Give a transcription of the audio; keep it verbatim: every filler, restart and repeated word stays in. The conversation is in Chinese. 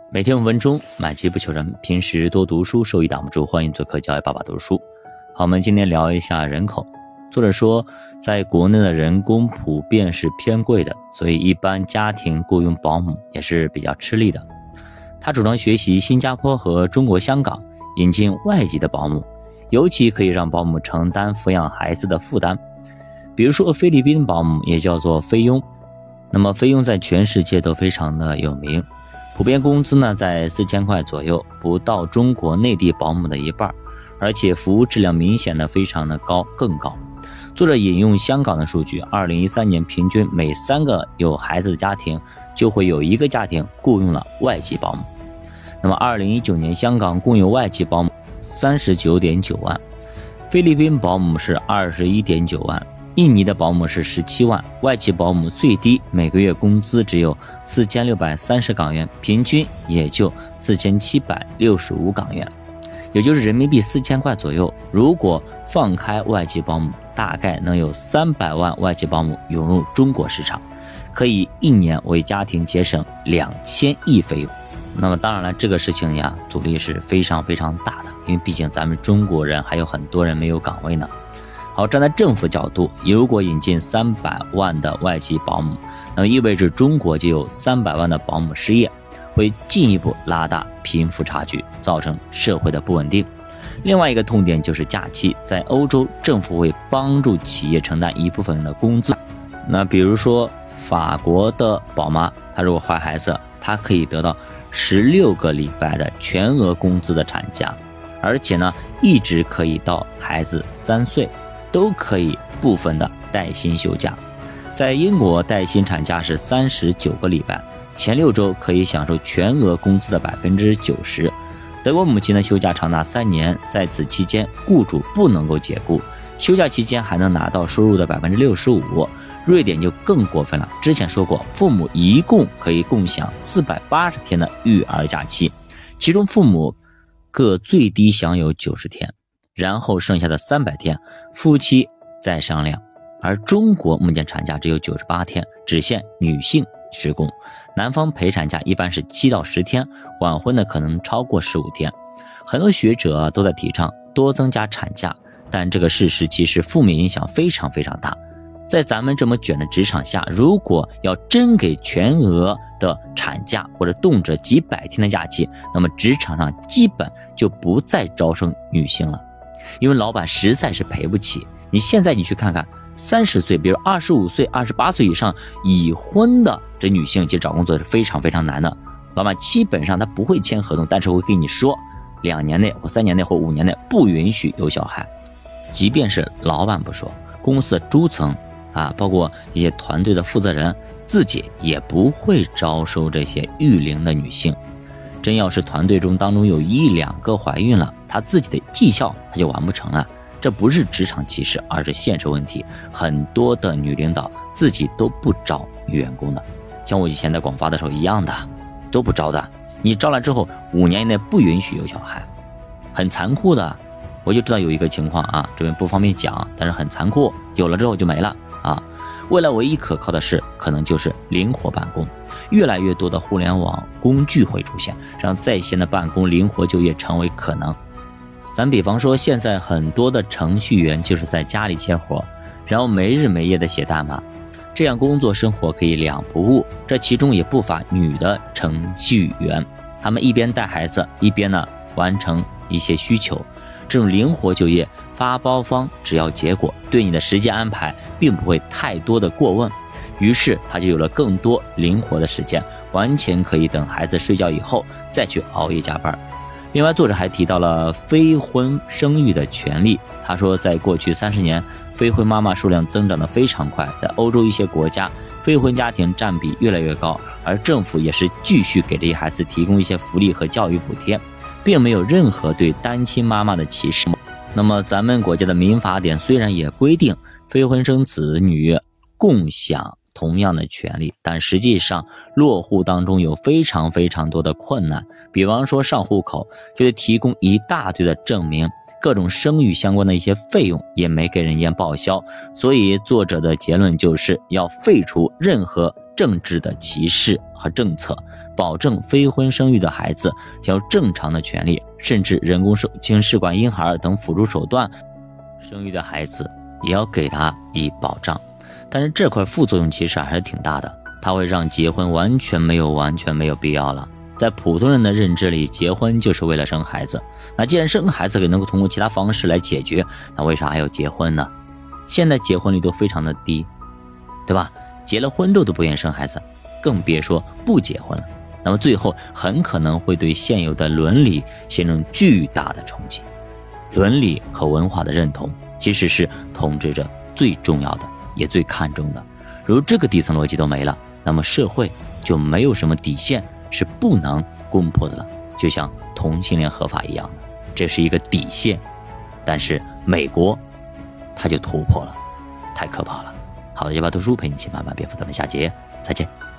每天五分钟，买基不求人。平时多读书，收益挡不住。欢迎做客教育爸爸读书。好，我们今天聊一下人口。作者说，在国内的人工普遍是偏贵的，所以一般家庭雇佣保姆也是比较吃力的。他主张学习新加坡和中国香港，引进外籍的保姆，尤其可以让保姆承担抚养孩子的负担。比如说菲律宾保姆也叫做菲佣，那么菲佣在全世界都非常的有名。普遍工资呢在四千块左右，不到中国内地保姆的一半，而且服务质量明显的非常的高，更高。作者引用香港的数据，二零一三年平均每三个有孩子的家庭就会有一个家庭雇佣了外籍保姆。那么二零一九年香港共有外籍保姆 三十九点九万，菲律宾保姆是 二十一点九万，印尼的保姆是十七万，外籍保姆最低每个月工资只有四千六百三十港元，平均也就四千七百六十五港元，也就是人民币四千块左右。如果放开外籍保姆，大概能有三百万外籍保姆涌入中国市场，可以一年为家庭节省两千亿费用。那么当然了，这个事情呀，阻力是非常非常大的，因为毕竟咱们中国人还有很多人没有岗位呢。好，站在政府角度，如果引进三百万的外籍保姆，那么意味着中国就有三百万的保姆失业，会进一步拉大贫富差距，造成社会的不稳定。另外一个痛点就是假期，在欧洲政府会帮助企业承担一部分的工资。那比如说法国的宝妈，她如果怀孩子，她可以得到十六个礼拜的全额工资的产假，而且呢一直可以到孩子三岁，都可以部分的带薪休假。在英国带薪产假是三十九个礼拜，前六周可以享受全额工资的 百分之九十。 德国母亲的休假长达三年，在此期间雇主不能够解雇，休假期间还能拿到收入的 百分之六十五。 瑞典就更过分了，之前说过，父母一共可以共享四百八十天的育儿假期，其中父母各最低享有九十天，然后剩下的三百天夫妻再商量。而中国目前产假只有九十八天，只限女性职工，男方陪产假一般是七到十天，晚婚的可能超过十五天。很多学者都在提倡多增加产假，但这个事实其实负面影响非常非常大。在咱们这么卷的职场下，如果要真给全额的产假或者动辄几百天的假期，那么职场上基本就不再招生女性了，因为老板实在是赔不起。你现在你去看看三十岁，比如二十五岁、二十八岁以上已婚的这女性，其实找工作是非常非常难的。老板基本上他不会签合同，但是会跟你说两年内或三年内或五年内不允许有小孩。即便是老板不说，公司的中层啊，包括一些团队的负责人自己也不会招收这些育龄的女性。真要是团队中当中有一两个怀孕了，他自己的绩效他就完不成了。这不是职场歧视，而是现实问题。很多的女领导自己都不招女员工的，像我以前在广发的时候一样的，都不招的。你招来之后五年以内不允许有小孩，很残酷的。我就知道有一个情况啊，这边不方便讲，但是很残酷，有了之后就没了啊。未来唯一可靠的是可能就是灵活办公，越来越多的互联网工具会出现，让在线的办公、灵活就业成为可能。咱比方说现在很多的程序员就是在家里切活，然后没日没夜的写代码，这样工作生活可以两不误。这其中也不乏女的程序员，她们一边带孩子一边呢完成一些需求。这种灵活就业，发包方只要结果，对你的时间安排并不会太多的过问，于是他就有了更多灵活的时间，完全可以等孩子睡觉以后再去熬夜加班。另外，作者还提到了非婚生育的权利。他说，在过去三十年，非婚妈妈数量增长得非常快，在欧洲一些国家，非婚家庭占比越来越高，而政府也是继续给这些孩子提供一些福利和教育补贴，并没有任何对单亲妈妈的歧视。那么咱们国家的民法典虽然也规定非婚生子女共享同样的权利，但实际上落户当中有非常非常多的困难。比方说上户口就得提供一大堆的证明，各种生育相关的一些费用也没给人家报销。所以作者的结论就是要废除任何政治的歧视和政策，保证非婚生育的孩子享有正常的权利，甚至人工受精试管婴孩等辅助手段生育的孩子也要给他以保障。但是这块副作用其实还是挺大的，它会让结婚完全没有完全没有必要了。在普通人的认知里，结婚就是为了生孩子，那既然生孩子能够通过其他方式来解决，那为啥还要结婚呢？现在结婚率都非常的低，对吧？结了婚之后都不愿意生孩子，更别说不结婚了。那么最后很可能会对现有的伦理形成巨大的冲击。伦理和文化的认同其实是统治者最重要的也最看重的，如果这个底层逻辑都没了，那么社会就没有什么底线是不能攻破的了，就像同性恋合法一样的，这是一个底线。但是美国它就突破了，太可怕了。好的，一把读书陪你一起慢慢变富，咱们下节再见。